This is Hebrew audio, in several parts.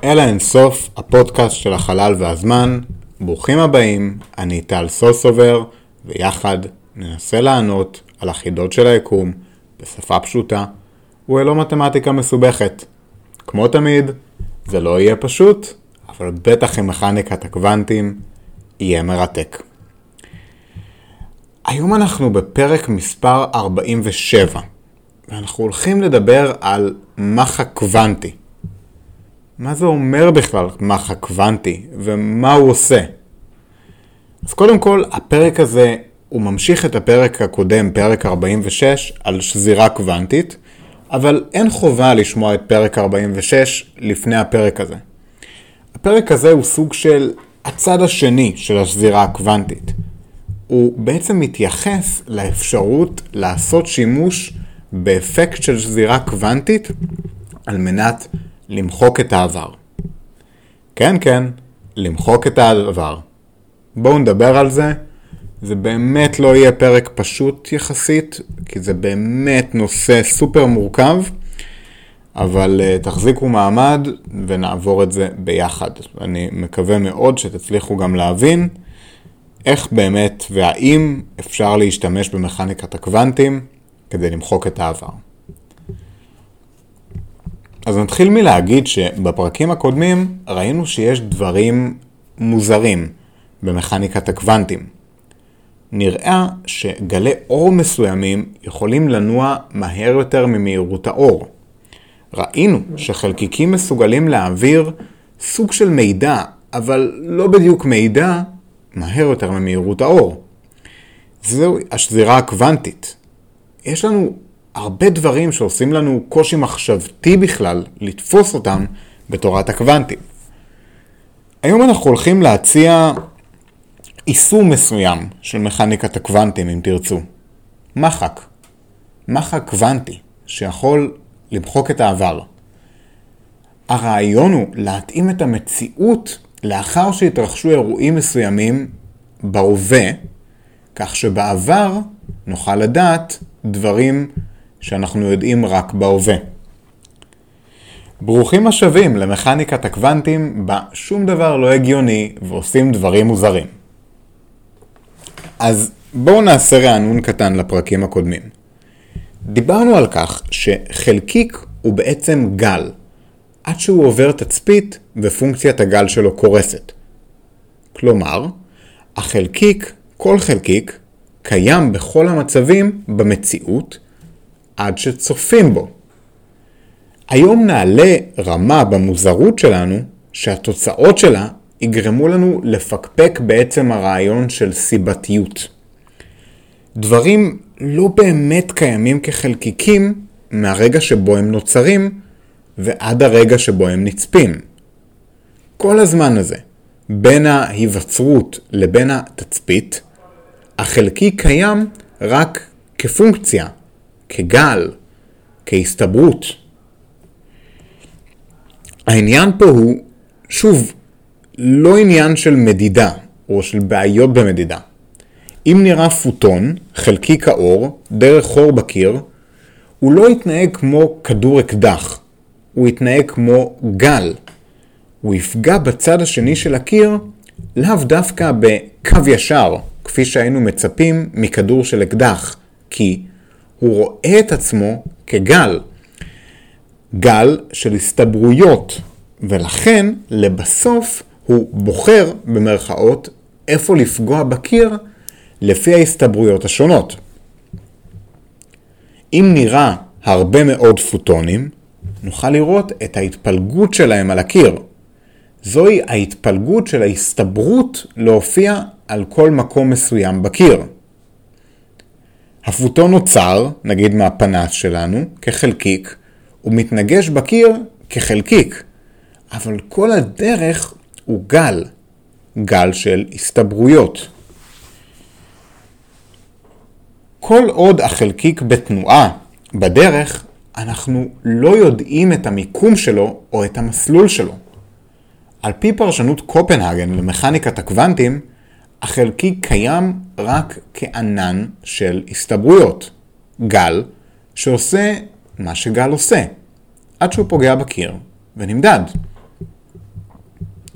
אל האינסוף, הפודקאסט של החלל והזמן. ברוכים הבאים, אני טל סוסובר, ויחד ננסה לענות על החידות של היקום בשפה פשוטה וללא מתמטיקה מסובכת. כמו תמיד, זה לא יהיה פשוט, אבל בטח עם מכניקת הקוונטים יהיה מרתק. היום אנחנו בפרק מספר 47, ואנחנו הולכים לדבר על מח הקוונטי. מה זה אומר בכלל מח הקוונטי ומה הוא עושה? אז קודם כל, הפרק הזה הוא ממשיך את הפרק הקודם, פרק 46, על שזירה קוונטית, אבל אין חובה לשמוע את פרק 46 לפני הפרק הזה. הפרק הזה הוא סוג של הצד השני של השזירה הקוונטית. הוא בעצם מתייחס לאפשרות לעשות שימוש באפקט של שזירה קוונטית על מנת למחוק את העבר. כן, למחוק את העבר. בואו נדבר על זה. זה באמת לא יהיה פרק פשוט יחסית, כי זה באמת נושא סופר מורכב, אבל תחזיקו מעמד ונעבור את זה ביחד. אני מקווה מאוד שתצליחו גם להבין איך באמת והאם אפשר להשתמש במכניקת הקוונטים כדי למחוק את העבר. אז נתחיל מלהגיד שבפרקים הקודמים ראינו שיש דברים מוזרים במכניקת הקוונטים. נראה שגלי אור מסוימים יכולים לנוע מהר יותר ממהירות האור. ראינו שחלקיקים מסוגלים להעביר סוג של מידע, אבל לא בדיוק מידע, מהר יותר ממהירות האור. זו השזירה הקוונטית. יש לנו הרבה דברים שעושים לנו קושי מחשבתי בכלל לתפוס אותם בתורת הקוונטים. היום אנחנו הולכים להציע יישום מסוים של מכניקת הקוונטים, אם תרצו. מחק קוונטי שיכול למחוק את העבר. הרעיון הוא להתאים את המציאות לאחר שהתרחשו אירועים מסוימים בהווה, כך שבעבר נוכל לדעת דברים שאנחנו יודעים רק בהווה. ברוכים השבים למכניקת הקוונטים בה שום דבר לא הגיוני ועושים דברים מוזרים. אז בואו נעשה רענון קטן לפרקים הקודמים. דיברנו על כך שחלקיק הוא בעצם גל, עד שהוא עובר תצפית ופונקציית הגל שלו קורסת. כלומר, כל חלקיק קיים בכל המצבים במציאות עד שצופים בו. היום נעלה רמה במוזרות שלנו שהתוצאות שלה יגרמו לנו לפקפק בעצם הרעיון של סיבתיות. דברים לא באמת קיימים כחלקיקים מהרגע שבו הם נוצרים ועד הרגע שבו הם נצפים. כל הזמן הזה, בין ההיווצרות לבין התצפית, החלקיק קיים רק כפונקציה, כגל, כהסתברות. העניין פה הוא, שוב, לא עניין של מדידה או של בעיות במדידה. אם נראה פוטון, חלקיק האור, דרך חור בקיר, הוא לא יתנהג כמו כדור אקדח, הוא יתנהג כמו גל. הוא יפגע בצד השני של הקיר, לאו דווקא בקו ישר, כפי שהיינו מצפים מכדור של אקדח, כי הוא רואה את עצמו כגל. גל של הסתברויות, ולכן לבסוף הוא בוחר במרכאות איפה לפגוע בקיר לפי ההסתברויות השונות. אם נראה הרבה מאוד פוטונים, נוכל לראות את ההתפלגות שלהם על הקיר. זוהי ההתפלגות של ההסתברות להופיע על כל מקום מסוים בקיר. הפוטון נוצר, נגיד מהפנס שלנו, כחלקיק, ומתנגש בקיר כחלקיק. אבל כל הדרך הוא גל של הסתברויות. כל עוד החלקיק בתנועה בדרך, אנחנו לא יודעים את המיקום שלו או את המסלול שלו. על פי פרשנות קופנהגן למכניקת הקוונטים, החלקיק קיים רק כענן של הסתברויות. גל שעושה מה שגל עושה, עד שהוא פוגע בקיר ונמדד.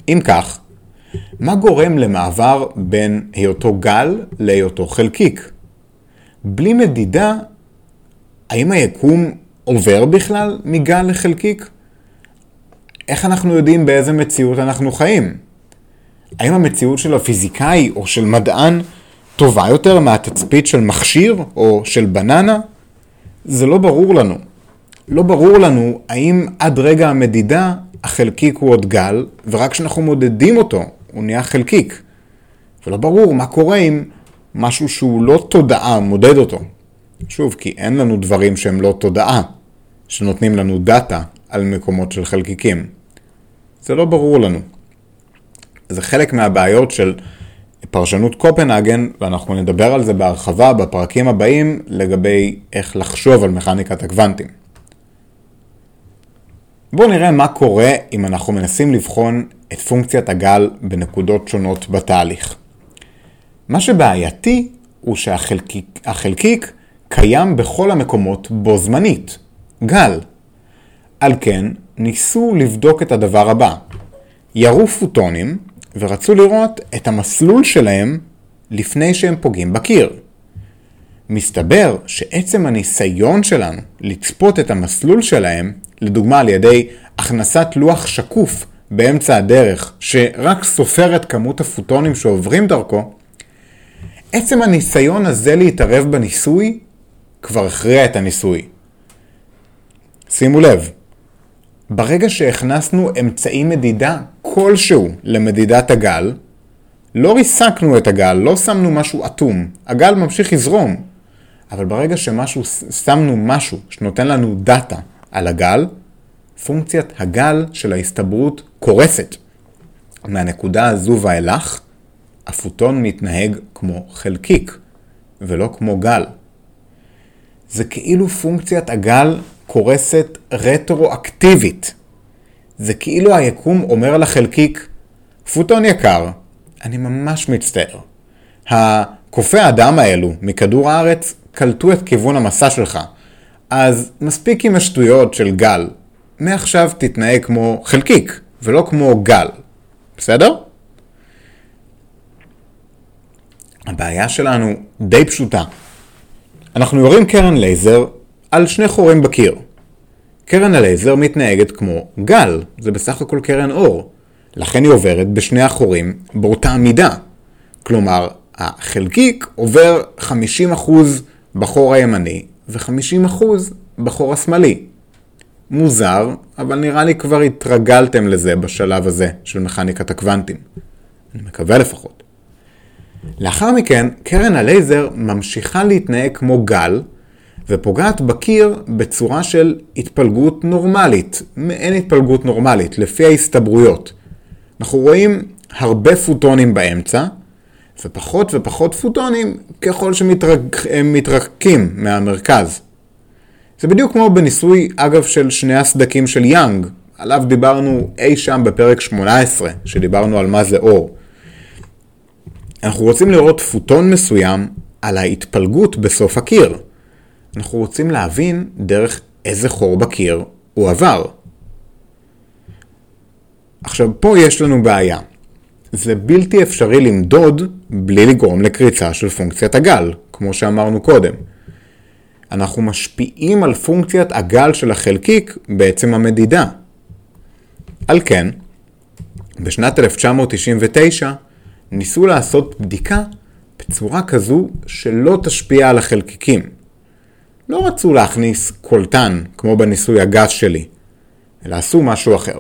אם כך, מה גורם למעבר בין היותו גל להיותו חלקיק? בלי מדידה, האם היקום עובר בכלל מגל לחלקיק? איך אנחנו יודעים באיזה מציאות אנחנו חיים? האם המציאות של הפיזיקאי או של מדען טובה יותר מהתצפית של מכשיר או של בננה? זה לא ברור לנו. לא ברור לנו האם עד רגע המדידה החלקיק הוא עוד גל, ורק כשאנחנו מודדים אותו הוא נהיה חלקיק. ולא ברור מה קורה אם משהו שהוא לא תודעה מודד אותו. שוב, כי אין לנו דברים שהם לא תודעה, שנותנים לנו דאטה על מקומות של חלקיקים. זה לא ברור לנו. זה חלק מהבעיות של פרשנות קופנהגן, ואנחנו נדבר על זה בהרחבה בפרקים הבאים לגבי איך לחשוב על מכניקת הקוונטים. בואו נראה מה קורה אם אנחנו מנסים לבחון את פונקציית הגל בנקודות שונות בתהליך. מה שבעייתי הוא שהחלקיק קיים בכל המקומות בו זמנית, גל. על כן, ניסו לבדוק את הדבר הבא. ירו פוטונים ורצו לראות את המסלול שלהם לפני שהם פוגעים בקיר. מסתבר שעצם הניסיון שלנו לצפות את המסלול שלהם, לדוגמה על ידי הכנסת לוח שקוף באמצע הדרך שרק סופר את כמות הפוטונים שעוברים דרכו, עצם הניסיון הזה להתערב בניסוי כבר הכריע את הניסוי. שימו לב, ברגע שהכנסנו אמצעי מדידה כלשהו למדידת הגל, לא ריסקנו את הגל, לא שמנו משהו אטום, הגל ממשיך לזרום. אבל ברגע ששמנו משהו שנותן לנו דאטה על הגל, פונקציית הגל של ההסתברות קורסת. מהנקודה הזו ואילך, הפוטון מתנהג כמו חלקיק, ולא כמו גל. זה כאילו פונקציית הגל קורסת רטרואקטיבית. זה כאילו היקום אומר לחלקיק, פוטון יקר, אני ממש מצטער. הקופי האדם האלו מכדור הארץ קלטו את כיוון המסע שלך, אז מספיק עם השטויות של גל. מעכשיו תתנהג כמו חלקיק, ולא כמו גל. בסדר? הבעיה שלנו די פשוטה. אנחנו יורים קרן לייזר על שני חורים בקיר. קרן הלייזר מתנהגת כמו גל, זה בסך הכל קרן אור. לכן היא עוברת בשני החורים באותה מידה. כלומר, החלקיק עובר 50% בחור הימני ו-50% בחור השמאלי. מוזר, אבל נראה לי כבר התרגלתם לזה בשלב הזה של מכניקת הקוונטים. אני מקווה לפחות. לאחר מכן, קרן הלייזר ממשיכה להתנהג כמו גל, ופוגעת בקיר בצורה של התפלגות נורמלית, מעין התפלגות נורמלית, לפי ההסתברויות. אנחנו רואים הרבה פוטונים באמצע, ופחות ופחות פוטונים ככל שהם מתרחקים מהמרכז. זה בדיוק כמו בניסוי, אגב, של שני הסדקים של יאנג, עליו דיברנו אי שם בפרק 18, שדיברנו על מה זה אור. אנחנו רוצים לראות פוטון מסוים על ההתפלגות בסוף הקיר. אנחנו רוצים להבין דרך איזה חור בקיר הוא עבר. עכשיו, פה יש לנו בעיה. זה בלתי אפשרי למדוד בלי לגרום לקריצה של פונקציית הגל, כמו שאמרנו קודם. אנחנו משפיעים על פונקציית הגל של החלקיק בעצם המדידה. על כן, בשנת 1999 ניסו לעשות בדיקה בצורה כזו שלא תשפיע על החלקיקים. לא רצו להכניס קולטן כמו בניסוי הגס שלי, אלא עשו משהו אחר.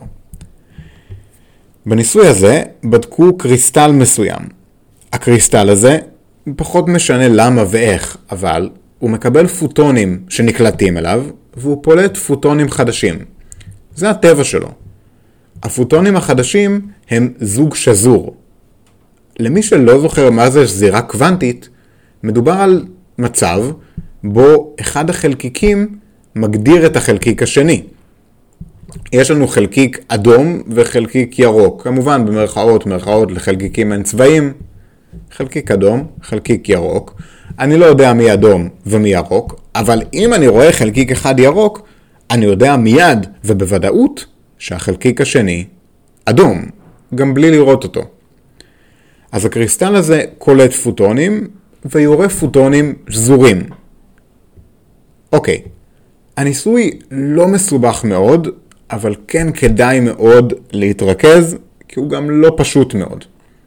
בניסוי הזה בדקו קריסטל מסוים. הקריסטל הזה פחות משנה למה ואיך, אבל הוא מקבל פוטונים שנקלטים אליו, והוא פולט פוטונים חדשים. זה הטבע שלו. הפוטונים החדשים הם זוג שזור. למי שלא זוכר מה זה זירה קוונטית, מדובר על מצב בו אחד החלקיקים מגדיר את החלקיק השני. יש לנו חלקיק אדום וחלקיק ירוק. כמובן במרכאות לחלקיקים אין צבעים. חלקיק אדום, חלקיק ירוק. אני לא יודע מי אדום ומי ירוק, אבל אם אני רואה חלקיק אחד ירוק, אני יודע מיד ובוודאות שהחלקיק השני אדום. גם בלי לראות אותו. אז הקריסטל הזה קולט פוטונים ויורה פוטונים שזורים. אוקיי, הניסוי לא מסובך מאוד, אבל כן כדאי מאוד להתרכז, כי הוא גם לא פשוט מאוד.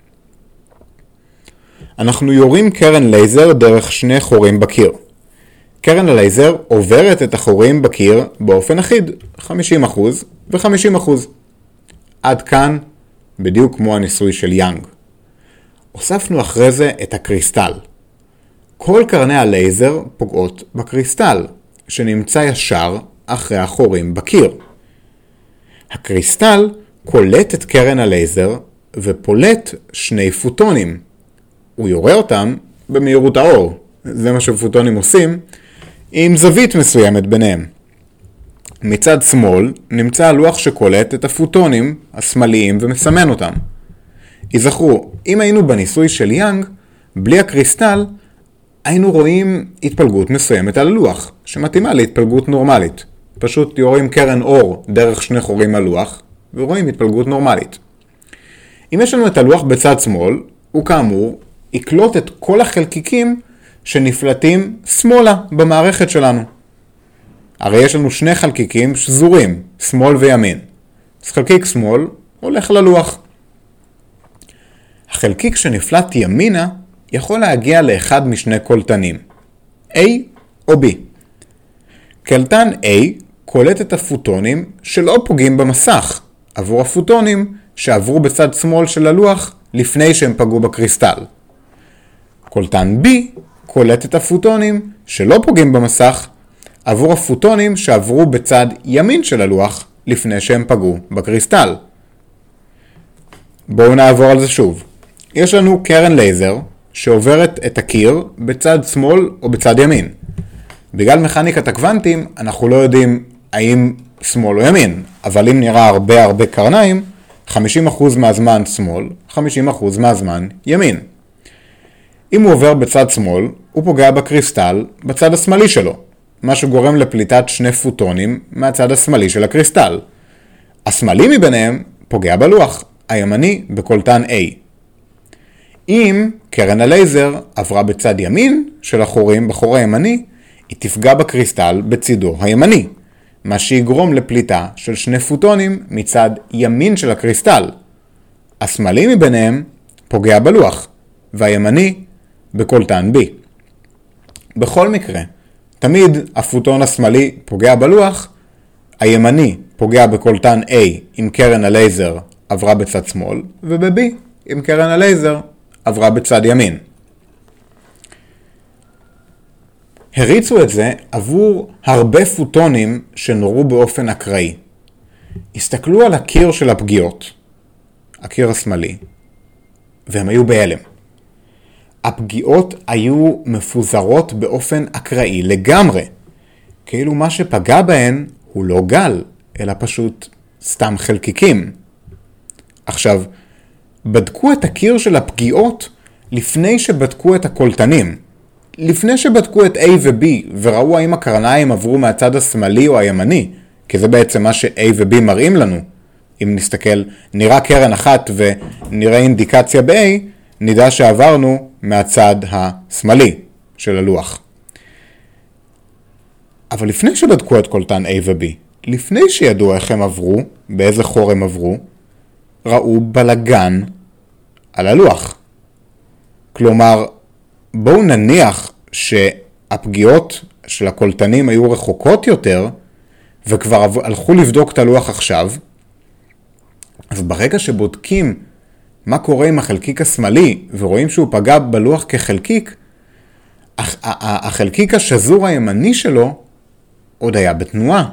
אנחנו יורים קרן לייזר דרך שני חורים בקיר. קרן הלייזר עוברת את החורים בקיר באופן אחיד, 50% ו-50%. עד כאן, בדיוק כמו הניסוי של יאנג. הוספנו אחרי זה את הקריסטל. כל קרני הלייזר פוגעות בקריסטל, שנמצא ישר אחרי החורים בקיר. הקריסטל קולט את קרן הלייזר ופולט שני פוטונים. הוא יורה אותם במהירות האור. זה מה שפוטונים עושים, עם זווית מסוימת ביניהם. מצד שמאל נמצא הלוח שקולט את הפוטונים השמאליים ומסמן אותם. יזכרו, אם היינו בניסוי של יאנג, בלי הקריסטל, היינו רואים התפלגות מסוימת על הלוח, שמתאימה להתפלגות נורמלית. פשוט יורים קרן אור דרך שני חורים על לוח, ורואים התפלגות נורמלית. אם יש לנו את הלוח בצד שמאל, הוא כאמור יקלוט את כל החלקיקים שנפלטים שמאלה במערכת שלנו. הרי יש לנו שני חלקיקים שזורים, שמאל וימין. אז חלקיק שמאל הולך ללוח. החלקיק שנפלט ימינה יכול להגיע לאחד משני קולטנים, A או B. קלטן A קולט את הפוטונים שלא פוגעים במסך, עבור הפוטונים שעברו בצד שמאל של הלוח לפני שהם פגעו בקריסטל. קולטן B קולט את הפוטונים שלא פוגעים במסך, עבור הפוטונים שעברו בצד ימין של הלוח לפני שהם פגעו בקריסטל. בואו נעבור על זה שוב. יש לנו קרן לייזר שעוברת את הקיר בצד שמאל או בצד ימין. בגלל מכניקת הקוונטים אנחנו לא יודעים האם שמאל או ימין, אבל אם נראה הרבה קרניים, 50% מהזמן שמאל, 50% מהזמן ימין. אם הוא עובר בצד שמאל, הוא פוגע בקריסטל בצד השמאלי שלו, מה שגורם לפליטת שני פוטונים מהצד השמאלי של הקריסטל. השמאלי מביניהם פוגע בלוח, הימני בקולטן A. אם קרן הלייזר עברה בצד ימין של החורים בחור הימני, היא תפגע בקריסטל בצידו הימני, מה שיגרום לפליטה של שני פוטונים מצד ימין של הקריסטל. השמאלי מביניהם פוגע בלוח, והימני בקולטן B. בכל מקרה, תמיד הפוטון השמאלי פוגע בלוח, הימני פוגע בקולטן A אם קרן הלייזר עברה בצד שמאל, וב-B אם קרן הלייזר עברה בצד ימין. הריצו את זה עבור הרבה פוטונים שנורו באופן אקראי. הסתכלו על הקיר של הפגיעות, הקיר השמאלי, והם היו בהלם. הפגיעות היו מפוזרות באופן אקראי לגמרי, כאילו מה שפגע בהן הוא לא גל, אלא פשוט סתם חלקיקים. עכשיו, בדקו את הקיר של הפגיעות לפני שבדקו את הקולטנים. לפני שבדקו את A ו-B וראו האם הקרניים עברו מהצד השמאלי או הימני, כי זה בעצם מה ש-A ו-B מראים לנו. אם נסתכל, נראה קרן אחת ונראה אינדיקציה ב-A, נדע שעברנו מהצד השמאלי של הלוח. אבל לפני שבדקו את קולטן A ו-B, לפני שידעו איך הם עברו, באיזה חור הם עברו, ראו בלגן על הלוח. כלומר, בואו נניח שהפגיעות של הקולטנים היו רחוקות יותר, וכבר הלכו לבדוק את הלוח עכשיו, אז ברגע שבודקים מה קורה עם החלקיק השמאלי, ורואים שהוא פגע בלוח כחלקיק, החלקיק השזור הימני שלו עוד היה בתנועה.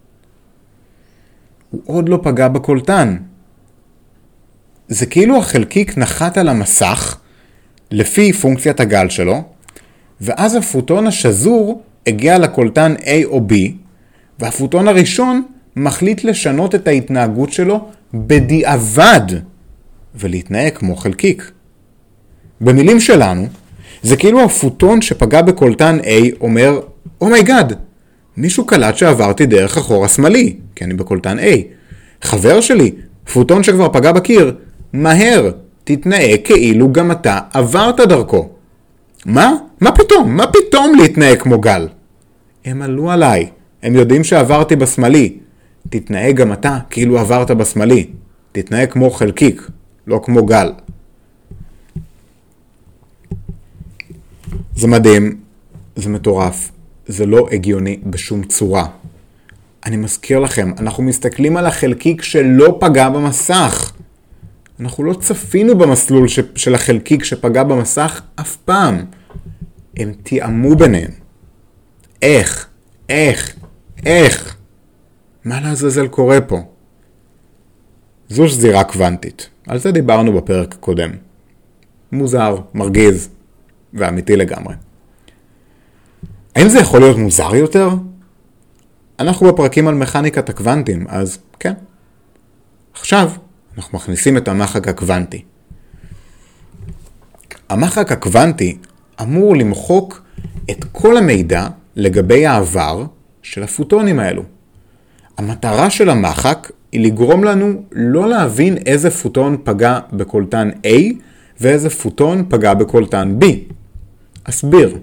הוא עוד לא פגע בקולטן. זה כאילו החלקיק נחת על המסך, לפי פונקציית הגל שלו, ואז הפוטון השזור הגיע לקולטן A או B, והפוטון הראשון מחליט לשנות את ההתנהגות שלו בדיעבד, ולהתנהג כמו חלקיק. במילים שלנו, זה כאילו הפוטון שפגע בקולטן A אומר, אומייגאד, מישהו קלט שעברתי דרך החור השמאלי, כי אני בקולטן A. חבר שלי, פוטון שכבר פגע בקיר, מהר, תתנהג כאילו גם אתה עברת דרכו. מה? מה פתאום? מה פתאום להתנהג כמו גל? הם עלו עליי, הם יודעים שעברתי בשמאלי. תתנהג גם אתה כאילו עברת בשמאלי. תתנהג כמו חלקיק, לא כמו גל. זה מדהים, זה מטורף, זה לא הגיוני בשום צורה. אני מזכיר לכם, אנחנו מסתכלים על החלקיק שלא פגע במסך. אנחנו לא צפינו במסלול של החלקיק שפגע במסך אף פעם. הם תיאמו ביניהם. איך? מה לעזאזל קורה פה? זו שזירה קוונטית. על זה דיברנו בפרק הקודם. מוזר, מרגיז ואמיתי לגמרי. האם זה יכול להיות מוזר יותר? אנחנו בפרקים על מכניקת הקוונטים, אז כן. עכשיו אנחנו מכניסים את המחק הקוונטי. המחק הקוונטי אמור למחוק את כל המידע לגבי העבר של הפוטונים האלו. המטרה של המחק היא לגרום לנו לא להבין איזה פוטון פגע בקולטן A ואיזה פוטון פגע בקולטן B. אסביר.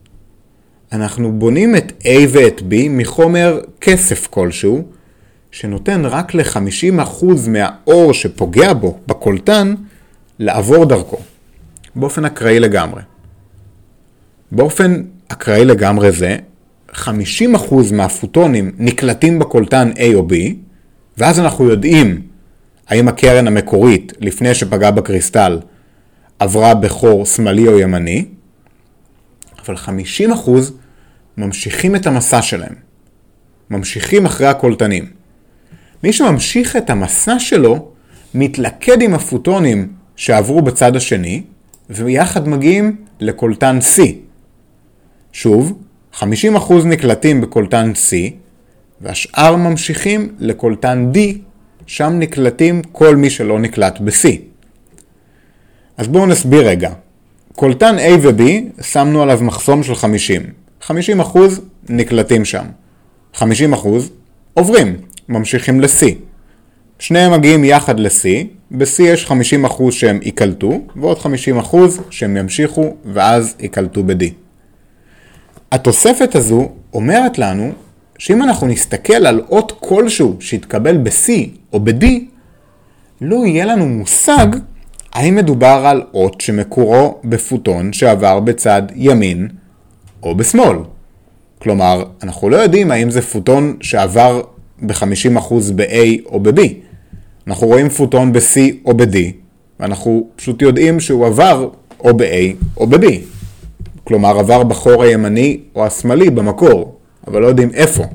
אנחנו בונים את A ואת B מחומר כסף כלשהו, שנותן רק ל-50% מהאור שפוגע בו בקולטן לעבור דרכו. באופן אקראי לגמרי. באופן אקראי לגמרי זה, 50% מהפוטונים נקלטים בקולטן A או B, ואז אנחנו יודעים האם הקרן המקורית לפני שפגע בקריסטל עברה בחור שמאלי או ימני, אבל 50% ממשיכים את המסע שלהם. ממשיכים אחרי הקולטנים. מי שממשיך את המסע שלו מתלכד עם הפוטונים שעברו בצד השני, ויחד מגיעים לקולטן C. שוב, 50% נקלטים בקולטן C, והשאר ממשיכים לקולטן D, שם נקלטים כל מי שלא נקלט ב-C. אז בואו נסביר רגע. קולטן A ו-B שמנו עליו מחסום של 50. 50% נקלטים שם. 50% עוברים, ממשיכים ל-C. שניהם מגיעים יחד ל-C, ב-C יש 50% שהם יקלטו, ועוד 50% שהם ימשיכו ואז יקלטו ב-D. התוספת הזו אומרת לנו שאם אנחנו נסתכל על אות כלשהו שהתקבל ב-C או ב-D, לא יהיה לנו מושג האם מדובר על אות שמקורו בפוטון שעבר בצד ימין או בשמאל. כלומר, אנחנו לא יודעים האם זה פוטון שעבר ב-50% ב-A או ב-B. אנחנו רואים פוטון ב-C או ב-D, ואנחנו פשוט יודעים שהוא עבר או ב-A או ב-B. כלומר, עבר בחור הימני או השמאלי במקור, אבל לא יודעים איפה.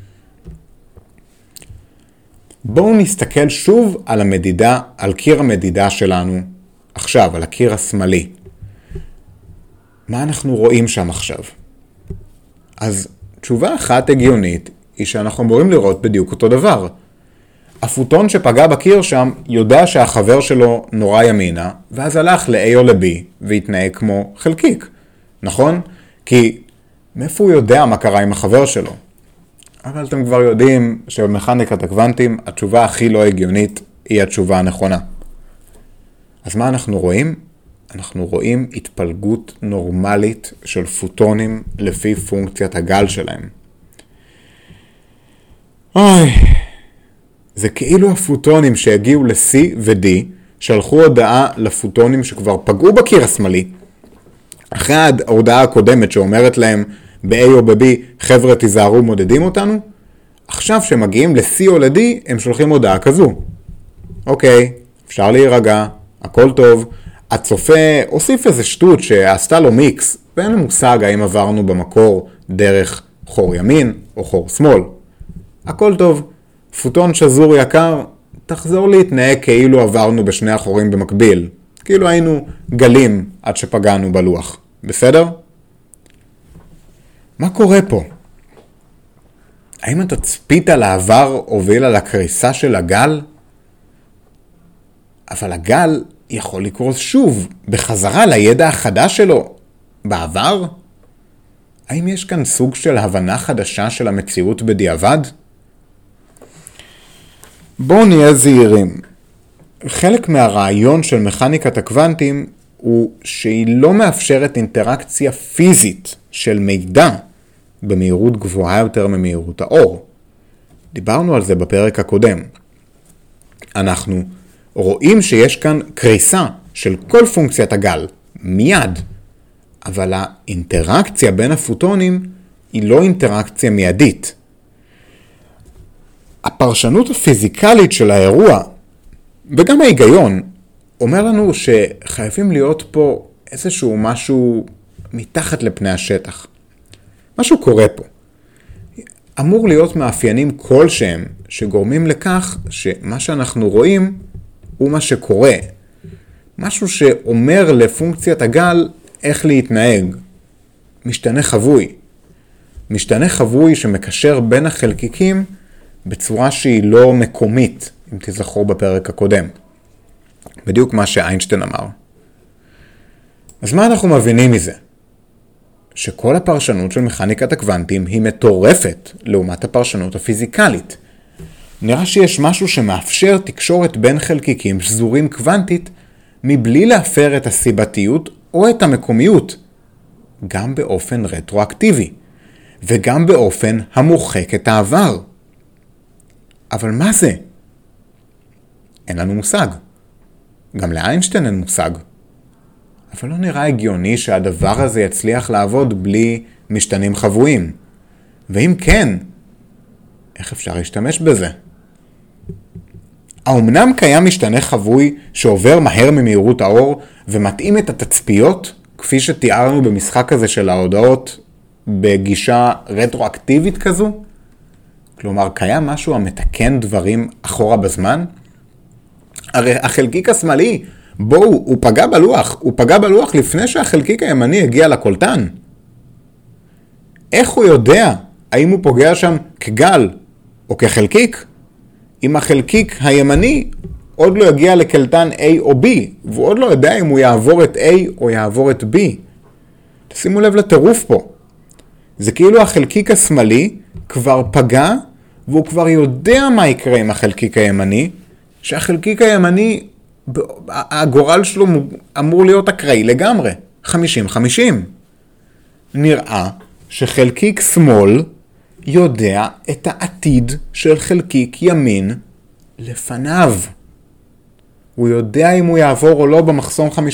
בואו נסתכל שוב על המדידה, על קיר המדידה שלנו עכשיו, על הקיר השמאלי. מה אנחנו רואים שם עכשיו? אז תשובה אחת הגיונית היא שאנחנו אמורים לראות בדיוק אותו דבר. הפוטון שפגע בקיר שם יודע שהחבר שלו נורא ימינה, ואז הלך ל-A או ל-B והתנהג כמו חלקיק. נכון? כי מאיפה הוא יודע מה קרה עם החבר שלו? אבל אתם כבר יודעים שבמכניקת הקוונטים התשובה הכי לא הגיונית היא התשובה הנכונה. אז מה אנחנו רואים? אנחנו רואים התפלגות נורמלית של פוטונים לפי פונקציית הגל שלהם. זה כאילו הפוטונים שהגיעו ל-C ו-D שלחו הודעה לפוטונים שכבר פגעו בקיר השמאלי, אחרי ההודעה הקודמת שאומרת להם ב-A או ב-B, חבר'ה תיזהרו מודדים אותנו, עכשיו שמגיעים ל-C או ל-D הם שולחים הודעה כזו. אוקיי, אפשר להירגע, הכל טוב, הצופה הוסיף איזה שטות שעשתה לו מיקס, ואין לו מושג האם עברנו במקור דרך חור ימין או חור שמאל. הכל טוב, פוטון שזור יקר, תחזור להתנהג כאילו עברנו בשני החורים במקביל, כאילו היינו גלים עד שפגענו בלוח. בסדר? מה קורה פה? האם התצפית על העבר הובילה לקריסה של הגל? אבל הגל יכול לקרוס שוב, בחזרה לידע החדש שלו, בעבר? האם יש כאן סוג של הבנה חדשה של המציאות בדיעבד? בואו נהיה זהירים. חלק מהרעיון של מכניקת הקוונטים הוא שהיא לא מאפשרת אינטראקציה פיזית של מידע במהירות גבוהה יותר ממהירות האור. דיברנו על זה בפרק הקודם. אנחנו רואים שיש כאן קריסה של כל פונקציית הגל, מיד, אבל האינטראקציה בין הפוטונים היא לא אינטראקציה מיידית. הפרשנות הפיזיקלית של האירוע, וגם ההיגיון, אומר לנו שחייבים להיות פה איזשהו משהו מתחת לפני השטח. משהו קורה פה. אמור להיות מאפיינים כלשהם שגורמים לכך שמה שאנחנו רואים הוא מה שקורה. משהו שאומר לפונקציית הגל איך להתנהג. משתנה חבוי. משתנה חבוי שמקשר בין החלקיקים בצורה שהיא לא מקומית, אם תזכור בפרק הקודם. בדיוק מה שאיינשטיין אמר. אז מה אנחנו מבינים מזה? שכל הפרשנות של מכניקת הקוונטים היא מטורפת לעומת הפרשנות הפיזיקלית. נראה שיש משהו שמאפשר תקשורת בין חלקיקים שזורים קוונטית מבלי להפר את הסיבתיות או את המקומיות, גם באופן רטרואקטיבי, וגם באופן המוחק את העבר. אבל מה זה? אין לנו מושג. גם לאיינשטיין אין מושג. אבל לא נראה הגיוני שהדבר הזה יצליח לעבוד בלי משתנים חבויים. ואם כן, איך אפשר להשתמש בזה? האמנם קיים משתנה חבוי שעובר מהר ממהירות האור ומתאים את התצפיות, כפי שתיארנו במשחק הזה של ההודעות, בגישה רטרואקטיבית כזו? כלומר, קיים משהו המתקן דברים אחורה בזמן? הרי החלקיק השמאלי, בואו, הוא פגע בלוח לפני שהחלקיק הימני הגיע לקולטן. איך הוא יודע האם הוא פוגע שם כגל או כחלקיק? אם החלקיק הימני עוד לא יגיע לקלטן A או B, והוא עוד לא יודע אם הוא יעבור את A או יעבור את B. תשימו לב לטירוף פה. זה כאילו החלקיק השמאלי כבר פגע, והוא כבר יודע מה יקרה עם החלקיק הימני, שהחלקיק הימני, הגורל שלו אמור להיות אקראי לגמרי, 50-50. נראה שחלקיק שמאל יודע את העתיד של חלקיק ימין לפניו. הוא יודע אם הוא יעבור או לא במחסום 50-50.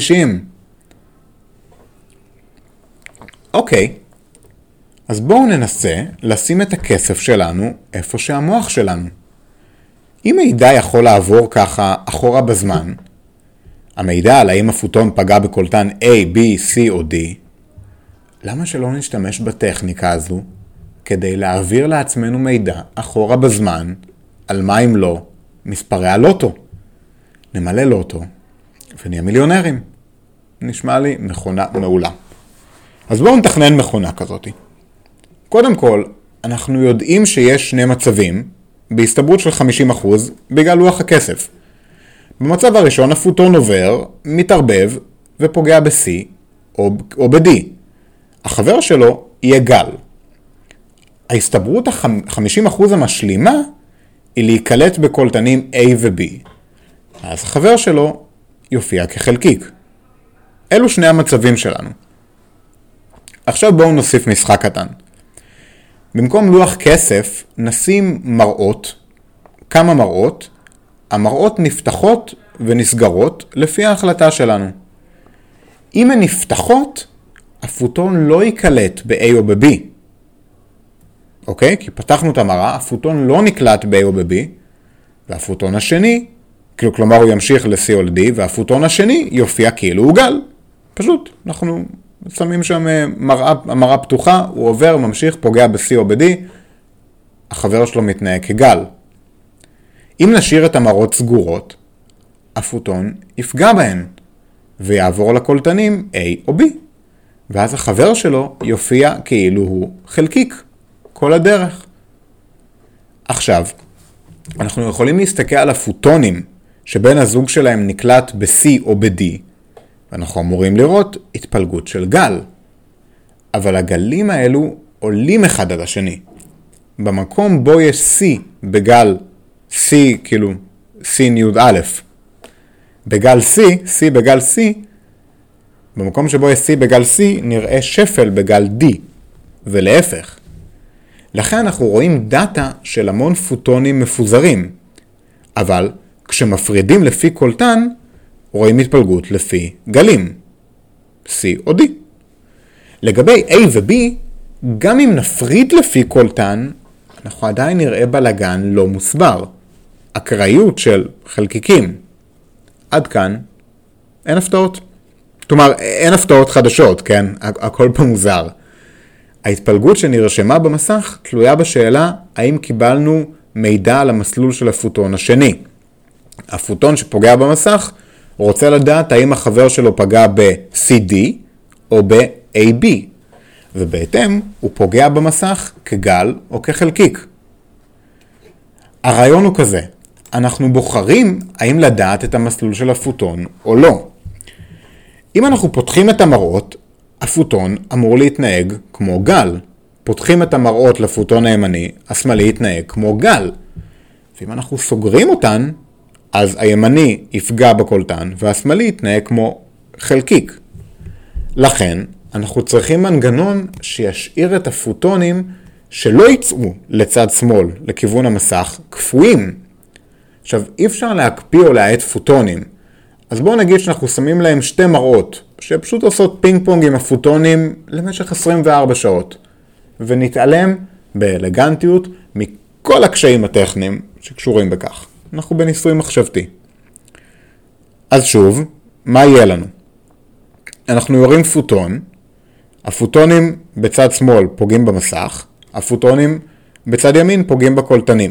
אוקיי, אז בואו ננסה לשים את הכסף שלנו איפה שהמוח שלנו. אם מידע יכול לעבור ככה אחורה בזמן, המידע על האם הפוטון פגע בקולטן A, B, C או D, למה שלא נשתמש בטכניקה הזו כדי להעביר לעצמנו מידע אחורה בזמן על מה אם לא מספרי הלוטו? נמלא לוטו ונהיה מיליונרים. נשמע לי מכונה מעולה. אז בואו נתכנן מכונה כזאת. קודם כל, אנחנו יודעים שיש שני מצבים בהסתברות של 50% בגלל לוח הכסף. במצב הראשון הפוטון עובר, מתערבב ופוגע ב-C או ב-D. החבר שלו יהיה גל. ההסתברות ה-50% המשלימה היא להיקלט בקולטנים A ו-B. אז החבר שלו יופיע כחלקיק. אלו שני המצבים שלנו. עכשיו בואו נוסיף משחק קטן. במקום לוח כסף נשים מראות, כמה מראות, המראות נפתחות ונסגרות לפי ההחלטה שלנו. אם הן נפתחות, הפוטון לא ייקלט ב-A או ב-B. אוקיי? כי פתחנו את המראה, הפוטון לא נקלט ב-A או ב-B, והפוטון השני, כלומר הוא ימשיך ל-C או ל-D, והפוטון השני יופיע כאילו הוא גל. פשוט, אנחנו שמים שם המראה פתוחה, הוא עובר, ממשיך, פוגע ב-C או ב-D, החבר שלו מתנהג כגל. אם נשאיר את המראות סגורות, הפוטון יפגע בהן, ויעבור לקולטנים A או B, ואז החבר שלו יופיע כאילו הוא חלקיק, כל הדרך. עכשיו, אנחנו יכולים להסתכל על הפוטונים שבין הזוג שלהם נקלט ב-C או ב-D, ואנחנו אמורים לראות התפלגות של גל. אבל הגלים האלו עולים אחד על השני. במקום בו יש C בגל, C כאילו, C ניוד א', בגל C בגל C, במקום שבו יש C בגל C, נראה שפל בגל D, ולהפך. לכן אנחנו רואים דאטה של המון פוטונים מפוזרים, אבל כשמפרידים לפי קולטן, רואים התפלגות לפי גלים, C או D. לגבי A ו-B, גם אם נפריד לפי קולטן, אנחנו עדיין נראה בלגן לא מוסבר. אקראיות של חלקיקים. עד כאן, אין הפתעות. כלומר, אין הפתעות חדשות, כן? הכל פה מוזר. ההתפלגות שנרשמה במסך תלויה בשאלה האם קיבלנו מידע על המסלול של הפוטון השני. הפוטון שפוגע במסך רוצה לדעת האם החבר שלו פגע ב-CD או ב-AB, ובהתאם הוא פוגע במסך כגל או כחלקיק. הרעיון הוא כזה, אנחנו בוחרים האם לדעת את המסלול של הפוטון או לא. אם אנחנו פותחים את המראות, הפוטון אמור להתנהג כמו גל. פותחים את המראות לפוטון הימני, השמאלי יתנהג כמו גל. ואם אנחנו סוגרים אותן, אז הימני יפגע בקולטן והשמאלי יתנהג כמו חלקיק. לכן, אנחנו צריכים מנגנון שישאיר את הפוטונים שלא יצאו לצד שמאל, לכיוון המסך, קפואים. עכשיו, אי אפשר להקפיא או להאט פוטונים. אז בואו נגיד שאנחנו שמים להם שתי מראות, שפשוט עושות פינג פונג עם הפוטונים למשך 24 שעות. ונתעלם באלגנטיות מכל הקשיים הטכניים שקשורים בכך. אנחנו בניסוי מחשבתי. אז שוב, מה יהיה לנו? אנחנו יורים פוטון, הפוטונים בצד שמאל פוגעים במסך, הפוטונים בצד ימין פוגעים בקולטנים.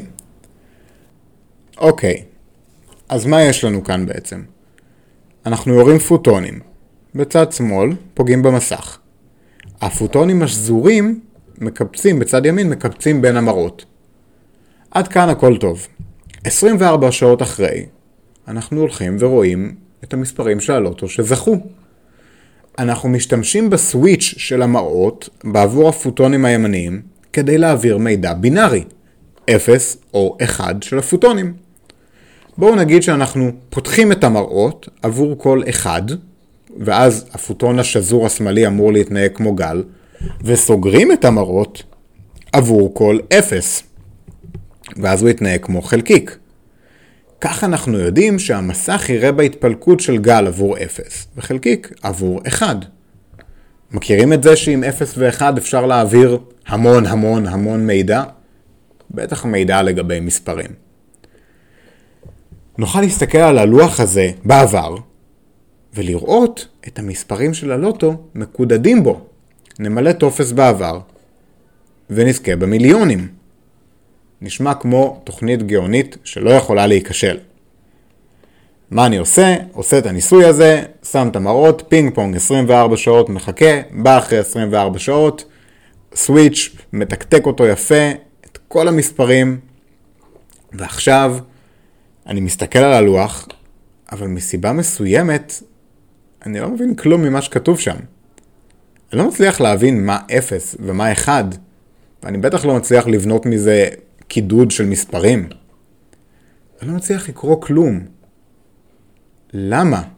אוקיי, אז מה יש לנו כאן בעצם? אנחנו יורים פוטונים, בצד שמאל פוגעים במסך. הפוטונים השזורים מקבצים בצד ימין, מקבצים בין המראות. עד כאן הכל טוב. 24 שעות אחרי, אנחנו הולכים ורואים את המספרים של הלוטו שזכו. אנחנו משתמשים בסוויץ' של המראות בעבור הפוטונים הימניים כדי להעביר מידע בינארי, 0 או 1 של הפוטונים. בואו נגיד שאנחנו פותחים את המראות עבור כל 1, ואז הפוטון השזור השמאלי אמור להתנהג כמו גל, וסוגרים את המראות עבור כל 0, ואז הוא יתנהג כמו חלקיק. כך אנחנו יודעים שהמסך יראה בהתפלקות של גל עבור 0, וחלקיק עבור 1. מכירים את זה שעם 0 ו-1 אפשר להעביר המון מידע? בטח מידע לגבי מספרים. נוכל להסתכל על הלוח הזה בעבר, ולראות את המספרים של הלוטו מקודדים בו. נמלא טופס בעבר, ונזכה במיליונים. נשמע כמו תוכנית גאונית שלא יכולה להיכשל. מה אני עושה? עושה את הניסוי הזה, שם את המראות, פינג פונג 24 שעות מחכה, בא אחרי 24 שעות, סוויץ', מתקתק אותו יפה, את כל המספרים, ועכשיו אני מסתכל על הלוח, אבל מסיבה מסוימת, אני לא מבין כלום ממה שכתוב שם. אני לא מצליח להבין מה 0 ומה 1, ואני בטח לא מצליח לבנות מזה קידוד של מספרים. אני לא מצליח לקרוא כלום. למה?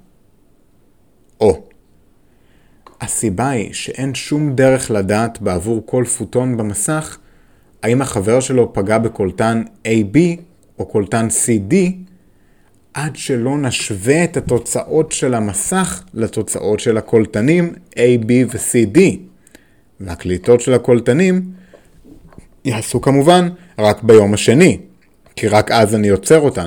הסיבה היא שאין שום דרך לדעת בעבור כל פוטון במסך, האם החבר שלו פגע בקולטן AB או קולטן CD, עד שלא נשווה את התוצאות של המסך לתוצאות של הקולטנים A, B ו-CD. והקליטות של הקולטנים יעשו כמובן רק ביום השני, כי רק אז אני יוצר אותן.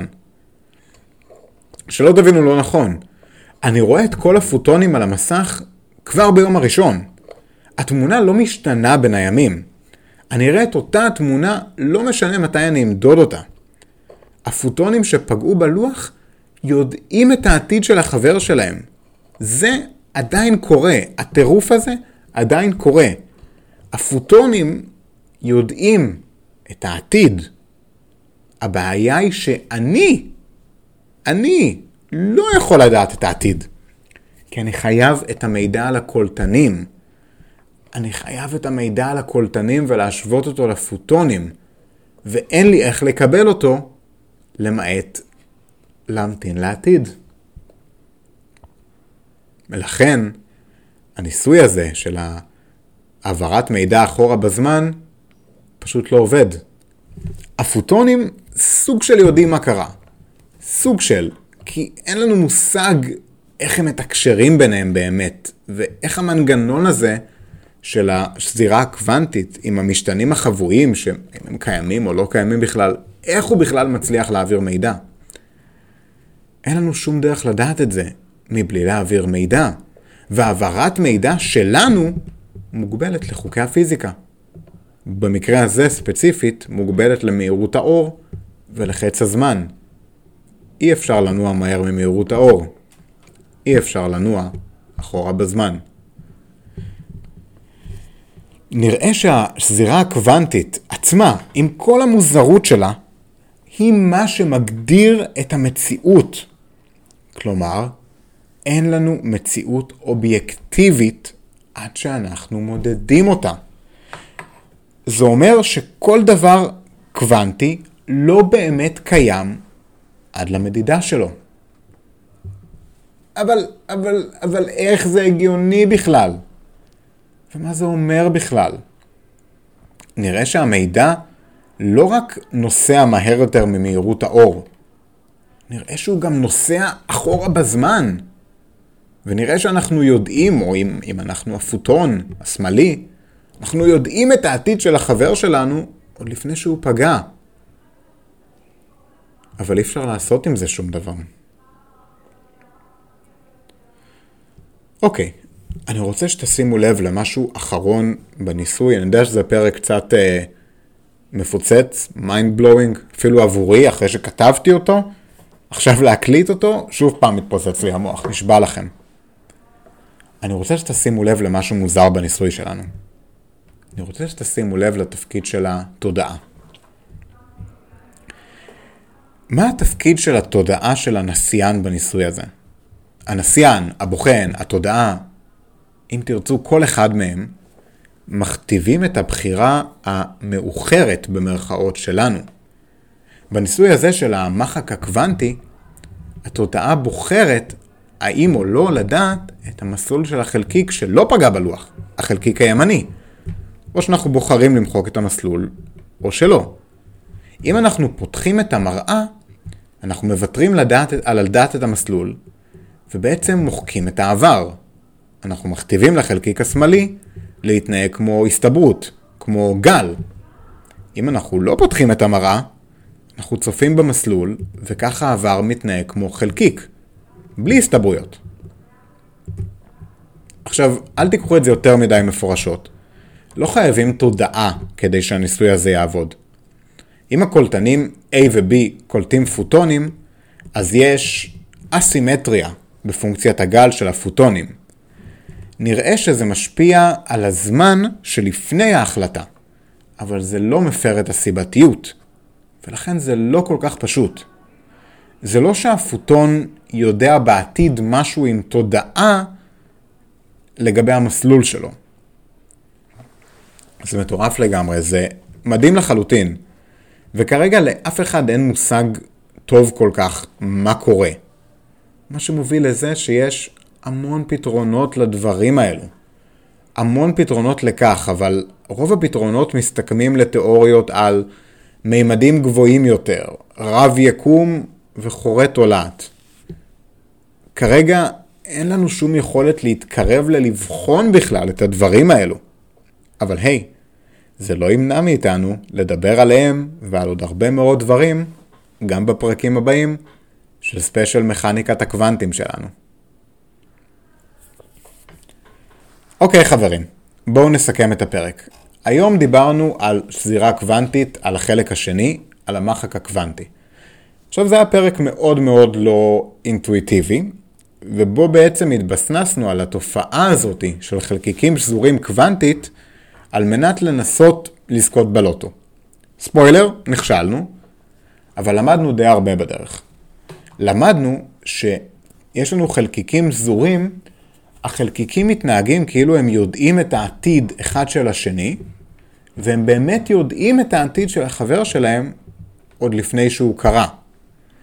שלא תבינו לא נכון, אני רואה את כל הפוטונים על המסך כבר ביום הראשון. התמונה לא משתנה בין הימים. אני אראה את אותה התמונה, לא משנה מתי אני אמדוד אותה. הפוטונים שפגעו בלוח יודעים את העתיד של החבר שלהם. זה עדיין קורה. הטירוף הזה עדיין קורה. הפוטונים יודעים את העתיד. הבעיה היא שאני לא יכול לדעת את העתיד. כי אני חייב את המידע על הקולטנים. אני חייב את המידע על הקולטנים ולהשוות אותו לפוטונים. ואין לי איך לקבל אותו למעט להמתין לעתיד. ולכן, הניסוי הזה של העברת מידע אחורה בזמן, פשוט לא עובד. הפוטונים סוג של יודעים מה קרה. סוג של, כי אין לנו מושג איך הם מתקשרים ביניהם באמת, ואיך המנגנון הזה של השזירה הקוונטית עם המשתנים החבויים, שהם קיימים או לא קיימים בכלל, איך הוא בכלל מצליח להעביר מידע. אין לנו שום דרך לדעת את זה מבלי להעביר מידע, והעברת מידע שלנו מוגבלת לחוקי הפיזיקה. במקרה הזה ספציפית מוגבלת למהירות האור ולחץ הזמן. אי אפשר לנוע מהר ממהירות האור. אי אפשר לנוע אחורה בזמן. נראה שהשזירה הקוונטית עצמה, עם כל המוזרות שלה, היא מה שמגדיר את המציאות. כלומר, אין לנו מציאות אובייקטיבית עד שאנחנו מודדים אותה. זה אומר שכל דבר קוונטי לא באמת קיים עד למדידה שלו. אבל איך זה הגיוני בכלל? ומה זה אומר בכלל? נראה שהמידע לא רק נוסע מהר יותר ממהירות האור, נראה שהוא גם נוסע אחורה בזמן. ונראה שאנחנו יודעים, או אם אנחנו הפוטון השמאלי, אנחנו יודעים את העתיד של החבר שלנו עוד לפני שהוא פגע. אבל אי אפשר לעשות עם זה שום דבר. אוקיי, אני רוצה שתשימו לב למשהו אחרון בניסוי. אני יודע שזה פרק קצת מפוצץ, mind blowing, אפילו עבורי, אחרי שכתבתי אותו. עכשיו להקליט אותו, שוב פעם מתפוצץ לי המוח, נשבע לכם. אני רוצה שתשימו לב למשהו מוזר בניסוי שלנו. אני רוצה שתשימו לב לתפקיד של התודעה. מה התפקיד של התודעה של הנסיין בניסוי הזה? הנסיין, הבוחן, התודעה, אם תרצו כל אחד מהם, מכתיבים את הבחירה המאוחרת במרכאות שלנו. בניסוי הזה של המחק הקוונטי, התודעה בוחרת האם או לא לדעת את המסלול של החלקיק שלא פגע בלוח, החלקיק הימני. או שאנחנו בוחרים למחוק את המסלול, או שלא. אם אנחנו פותחים את המראה, אנחנו מוותרים על לדעת את המסלול, ובעצם מוחקים את העבר. אנחנו מכתיבים לחלקיק השמאלי להתנהג כמו הסתברות, כמו גל. אם אנחנו לא פותחים את המראה, אנחנו צופים במסלול, וככה העבר מתנהג כמו חלקיק, בלי הסתברויות. עכשיו, אל תיקחו את זה יותר מדי מפורשות. לא חייבים תודעה כדי שהניסוי הזה יעבוד. אם הקולטנים A ו-B קולטים פוטונים, אז יש אסימטריה בפונקציית הגל של הפוטונים. נראה שזה משפיע על הזמן שלפני ההחלטה, אבל זה לא מפר את הסיבתיות, ולכן זה לא כל כך פשוט. זה לא שהפוטון יודע בעתיד משהו עם תודעה לגבי המסלול שלו. זה מטורף לגמרי, זה מדהים לחלוטין. וכרגע לאף אחד אין מושג טוב כל כך מה קורה. מה שמוביל לזה שיש המון פתרונות לדברים האלו. המון פתרונות לכך, אבל רוב הפתרונות מסתכמים לתיאוריות על מימדים גבוהים יותר, רב יקום וחורי תולעת. כרגע אין לנו שום יכולת להתקרב ללבחון בכלל את הדברים האלו. אבל היי, זה לא ימנע מאיתנו לדבר עליהם ועל עוד הרבה מאוד דברים, גם בפרקים הבאים של ספיישל מכניקת הקוונטים שלנו. אוקיי חברים, בואו נסכם את הפרק. היום דיברנו על שזירה קוונטית, על החלק השני, על המחק הקוונטי. עכשיו זה היה פרק מאוד מאוד לא אינטואיטיבי, ובו בעצם התבססנו על התופעה הזאת של חלקיקים שזורים קוונטית, על מנת לנסות לזכות בלוטו. ספוילר, נכשלנו, אבל למדנו די הרבה בדרך. למדנו שיש לנו חלקיקים שזורים, החלקיקים מתנהגים כאילו הם יודעים את העתיד אחד של השני, והם באמת יודעים את העתיד של החבר שלהם עוד לפני שהוא קרה.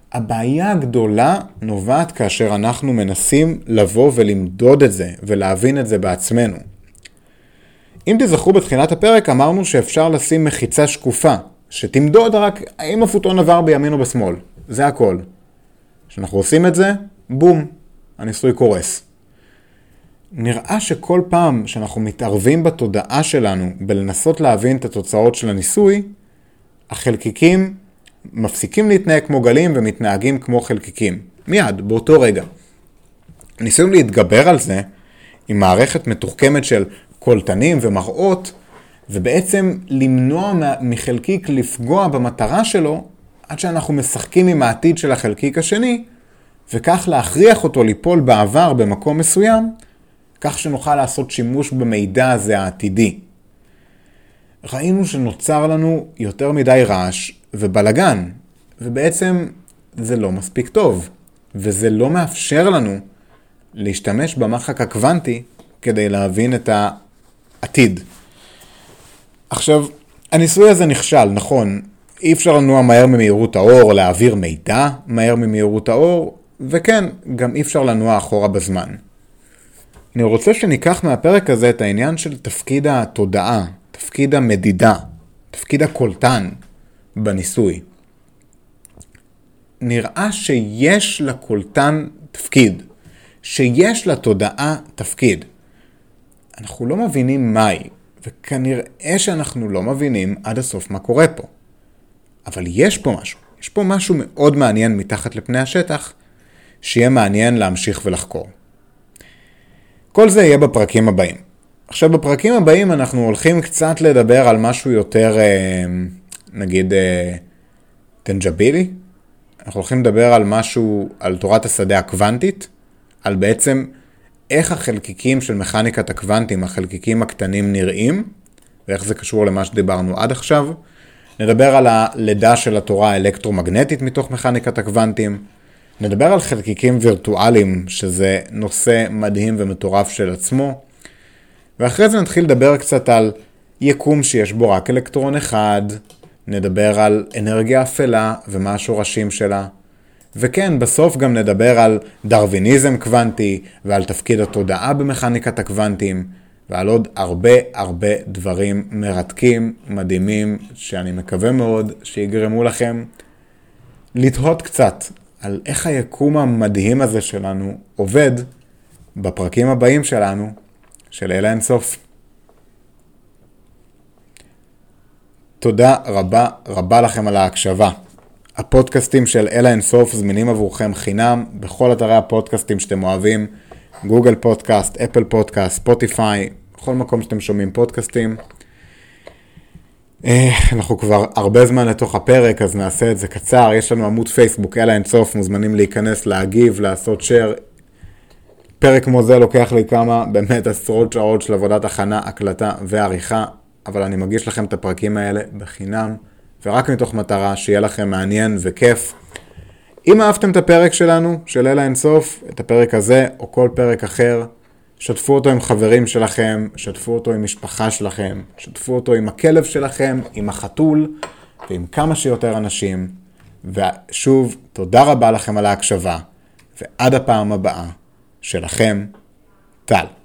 הבעיה הגדולה נובעת כאשר אנחנו מנסים לבוא ולמדוד את זה ולהבין את זה בעצמנו. אם תזכרו בתחילת הפרק אמרנו שאפשר לשים מחיצה שקופה, שתמדוד רק האם הפוטון עבר בימין או בשמאל. זה הכל. כשאנחנו עושים את זה, בום, הניסוי קורס. נראה שכל פעם שאנחנו מתערבים בתודעה שלנו בלנסות להבין את התוצאות של הניסוי, החלקיקים מפסיקים להתנהג כמו גלים ומתנהגים כמו חלקיקים. מיד, באותו רגע. ניסינו להתגבר על זה עם מערכת מתוחכמת של קולטנים ומראות, ובעצם למנוע מחלקיק לפגוע במטרה שלו, עד שאנחנו משחקים עם העתיד של החלקיק השני, וכך להכריח אותו ליפול בעבר במקום מסוים, כך שנוכל לעשות שימוש במידע הזה העתידי. ראינו שנוצר לנו יותר מדי רעש ובלגן, ובעצם זה לא מספיק טוב, וזה לא מאפשר לנו להשתמש במחק הקוונטי כדי להבין את העתיד. עכשיו, הניסוי הזה נכשל, נכון, אי אפשר לנוע מהר ממהירות האור, להעביר מידע מהר ממהירות האור, וכן, גם אי אפשר לנוע אחורה בזמן. אני רוצה שניקח מהפרק הזה את העניין של תפקיד התודעה, תפקיד המדידה, תפקיד הקולטן בניסוי. נראה שיש לקולטן תפקיד, שיש לתודעה תפקיד. אנחנו לא מבינים מהי, וכנראה שאנחנו לא מבינים עד הסוף מה קורה פה. אבל יש פה משהו, יש פה משהו מאוד מעניין מתחת לפני השטח, שיהיה מעניין להמשיך ולחקור. כל זה יהיה בפרקים הבאים. עכשיו בפרקים הבאים אנחנו הולכים קצת לדבר על משהו יותר, נגיד, טנג'בילי. אנחנו הולכים לדבר על משהו, על תורת השדה הקוונטית, על בעצם איך החלקיקים של מכניקת הקוונטים, החלקיקים הקטנים נראים, ואיך זה קשור למה שדיברנו עד עכשיו. נדבר על הלידה של התורה האלקטרומגנטית מתוך מכניקת הקוונטים. נדבר על חלקיקים וירטואליים, שזה נושא מדהים ומטורף של עצמו. ואחרי זה נתחיל לדבר קצת על יקום שיש בו רק אלקטרון אחד. נדבר על אנרגיה אפלה ומה השורשים שלה. וכן, בסוף גם נדבר על דרוויניזם קוונטי ועל תפקיד התודעה במכניקת הקוונטים. ועל עוד הרבה דברים מרתקים, מדהימים, שאני מקווה מאוד שיגרמו לכם לתהות קצת על איך היקום המדהים הזה שלנו עובד בפרקים הבאים שלנו, של אלה אינסוף. תודה רבה לכם על ההקשבה. הפודקאסטים של אלה אינסוף זמינים עבורכם חינם בכל אתרי הפודקאסטים שאתם אוהבים, גוגל פודקאסט, אפל פודקאסט, ספוטיפיי, בכל מקום שאתם שומעים פודקאסטים. אנחנו כבר הרבה זמן לתוך הפרק, אז נעשה את זה קצר. יש לנו עמוד פייסבוק, אלה אינסוף, מוזמנים להיכנס, להגיב, לעשות שייר. פרק כמו זה לוקח לי כמה, באמת עשרות שעות של עבודת הכנה, הקלטה ועריכה, אבל אני מגיש לכם את הפרקים האלה בחינם, ורק מתוך מטרה שיהיה לכם מעניין וכיף. אם אהבתם את הפרק שלנו, של אלה אינסוף, את הפרק הזה או כל פרק אחר, שתפו אותו עם חברים שלכם, שתפו אותו עם משפחה שלכם, שתפו אותו עם הכלב שלכם, עם החתול ועם כמה שיותר אנשים. ושוב, תודה רבה לכם על ההקשבה, ועד הפעם הבאה, שלכם, טל.